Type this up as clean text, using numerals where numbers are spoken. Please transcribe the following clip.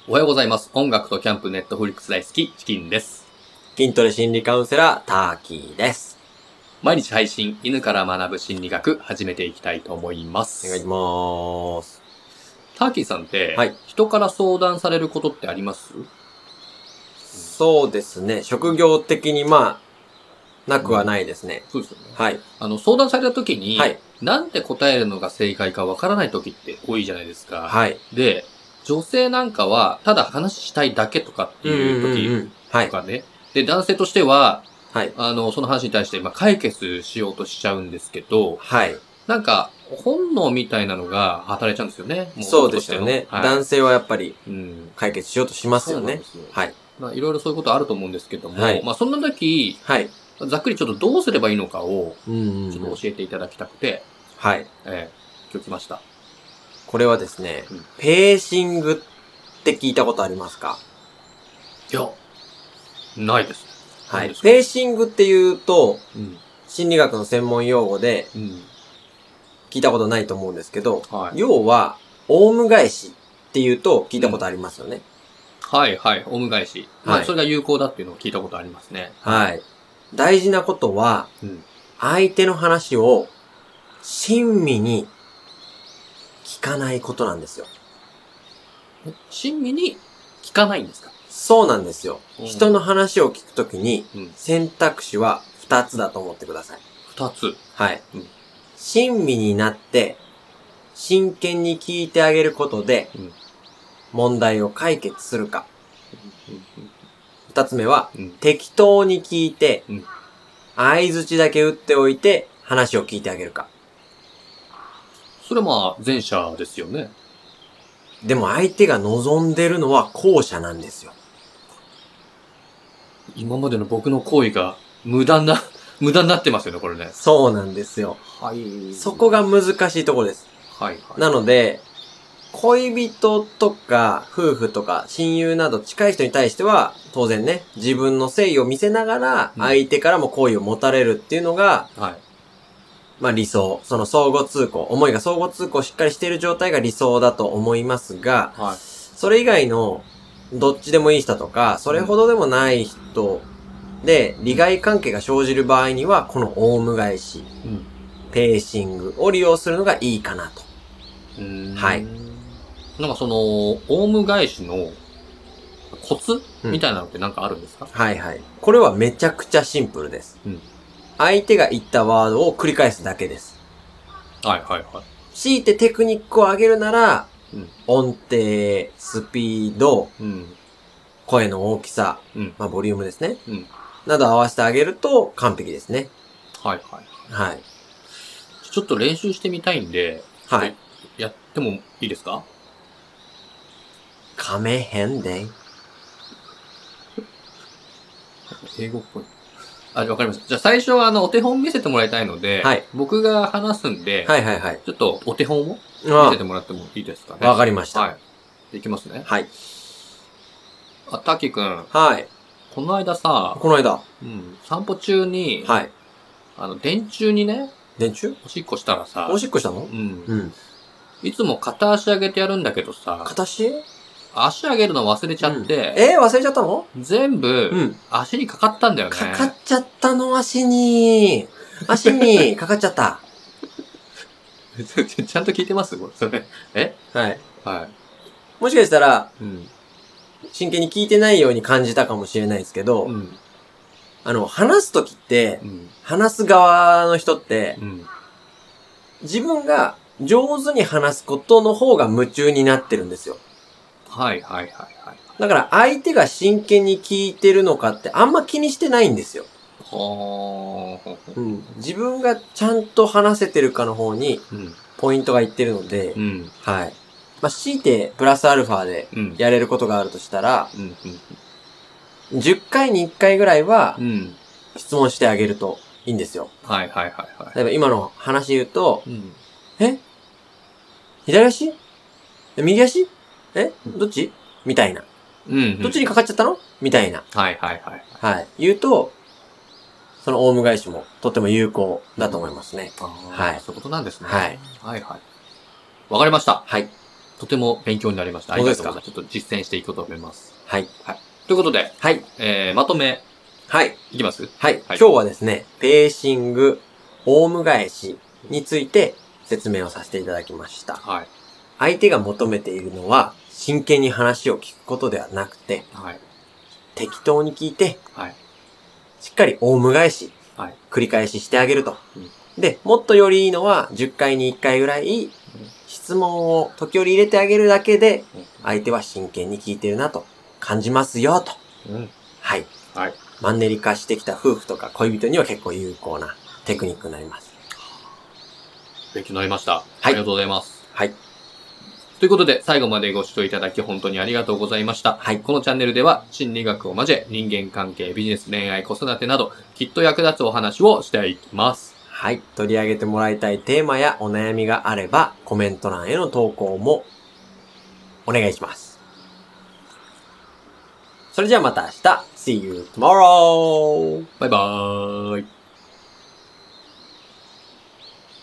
おはようございます。音楽とキャンプ、ネットフリックス大好き、チキンです。 筋トレ心理カウンセラー、ターキーです。 毎日配信、犬から学ぶ心理学、始めていきたいと思います。 お願いしまーす。 ターキーさんって、 はい。 人から相談されることってあります？ そうですね。職業的になくはないですね。 そうですよね。 はい。 相談された時に、 はい。 なんて答えるのが正解かわからない時って多いじゃないですか。 はい。 で、女性なんかは、ただ話したいだけとかっていう時はい。 とかね。で、男性としては、 はい。 その話に対して、解決しようとしちゃうんですけど、 はい。 なんか、本能みたいなのが働いちゃうんですよね。もそうですよね。 はい、 男性はやっぱりうん、 解決しようとしますよね。 そうなんですよ。 はい。 いろいろそういうことあると思うんですけども、 はいそんな時、 はい。 ざっくりちょっとどうすればいいのかを、 ちょちょっと教えていただきたくて、 はい。 今日来ました。 これはですね、 うんペーシングって聞いたことありますか？ いや、ないです。 はい。 ですか？ ペーシングっていうと、 うん。 心理学の専門用語でうん。 聞いたことないと思うんですけど、 はい。 要は、オウム返しっていうと聞いたことありますよね。 はいはい、オウム返し。 はいそれが有効だっていうのを聞いたことありますね。 はい。大事なことは、 うん。 相手の話を親身に聞かないことなんですよ。 親身に聞かないんですか？ そうなんですよ。 うん人の話を聞くときにうん。 選択肢は2つだと思ってください。 二つ。 はい。 うん親身になって真剣に聞いてあげることでうん問題を解決するか。 うん 2つ目はうん適当に聞いてうん相槌だけ打っておいて話を聞いてあげるか。 それは前者ですよね。 でも相手が望んでるのは後者なんですよ。 今までの僕の行為が無駄になってますよね、これね。 そうなんですよ。 はい。 そこが難しいところです。 はいはい。 なので、恋人とか夫婦とか親友など近い人に対しては当然ね、自分の誠意を見せながら相手からも好意を持たれるっていうのが、 はい。 理想。その相互通行、思いが相互通行しっかりしている状態が理想だと思いますが、 はい。 それ以外のどっちでもいい人とか、それほどでもない人で利害関係が生じる場合には、このオウム返し、 うん。 ペーシングを利用するのがいいかなと。はい。 オウム返しのコツうんみたいなのってなんかあるんですか？ はいはい。これはめちゃくちゃシンプルです。 うん。 相手が言ったワードを繰り返すだけです。 はいはいはい。 強いてテクニックを上げるなら、 うん。 音程、スピード、 うん。 声の大きさ、 うん。 ボリュームですね。 うん。 など合わせてあげると完璧ですね。 はいはい。 はい。 ちょっと練習してみたいんで、 はい。 やってもいいですか？ 噛めへんで。 英語っぽい。わかりました。じゃあ最初はお手本見せてもらいたいので、 はい僕が話すんで、 はいはいはい。 ちょっとお手本を見せてもらってもいいですかね。 わかりました。 はい。いきますね。 はい。 タキくん、 はい。 この間さ、 この間。 散歩中に、 はい。 電柱にね、 電柱おしっこしたらさ、 おしっこしたの？ うん。いつも片足上げてやるんだけどさ、 片足足上げるの忘れちゃって、 忘れちゃったの？ 全部、足にかかったんだよね。 かかっちゃったの、足にかかっちゃった。 ちゃんと聞いてますそれ。 はい。 はい。 もしかしたら、 うん。 真剣に聞いてないように感じたかもしれないですけど、 うん。 話すときって、 うん。 話す側の人って、 うん。 自分が上手に話すことの方が夢中になってるんですよ。 はいはいはいはい。 だから相手が真剣に聞いてるのかってあんま気にしてないんですよ。 は自分がちゃんと話せてるかの方にうん。 ポイントがいってるので、 うん。 はい。強いてプラスアルファでうん。 やれることがあるとしたら、 うん。 10回に1回ぐらいはうん。 質問してあげるといいんですよ。 はいはいはいはい。 例えば今の話言うと、 うん。 左足右足どっちみたいな。 うん。 どっちにかかっちゃったのみたいな。 はいはいはい。 はい。言うと、そのオウム返しもとっても有効だと思いますね。はいそういうことなんですね。 はい。 はいはい。わかりました。 はい。 とても勉強になりました。ありがとうございます。ちょっと実践していこうと思います。 はい。 はい。ということで、 はい。 まとめ、 はい。 いきます？ はい。 はい。 今日はですね、ペーシング、オウム返しについて説明をさせていただきました。 はい。 相手が求めているのは、真剣に話を聞くことではなくて、 はい。 適当に聞いて、 はい。 しっかりオウム返し、 はい。 繰り返ししてあげると。 うんで、もっとよりいいのは、10回に1回ぐらい、質問を時折入れてあげるだけで、相手は真剣に聞いてるなと感じますよ、と。 うん。 はい。 はい。 マンネリ化してきた夫婦とか恋人には結構有効なテクニックになります。 勉強になりました。 はい。 ありがとうございます。 はい。 ということで、最後までご視聴いただき本当にありがとうございました。 はい。 このチャンネルでは、心理学を交え、人間関係、ビジネス、恋愛、子育てなど、きっと役立つお話をしていきます。 はい。取り上げてもらいたいテーマやお悩みがあれば、コメント欄への投稿もお願いします。それじゃあまた明日。See you tomorrow! バイバーイ。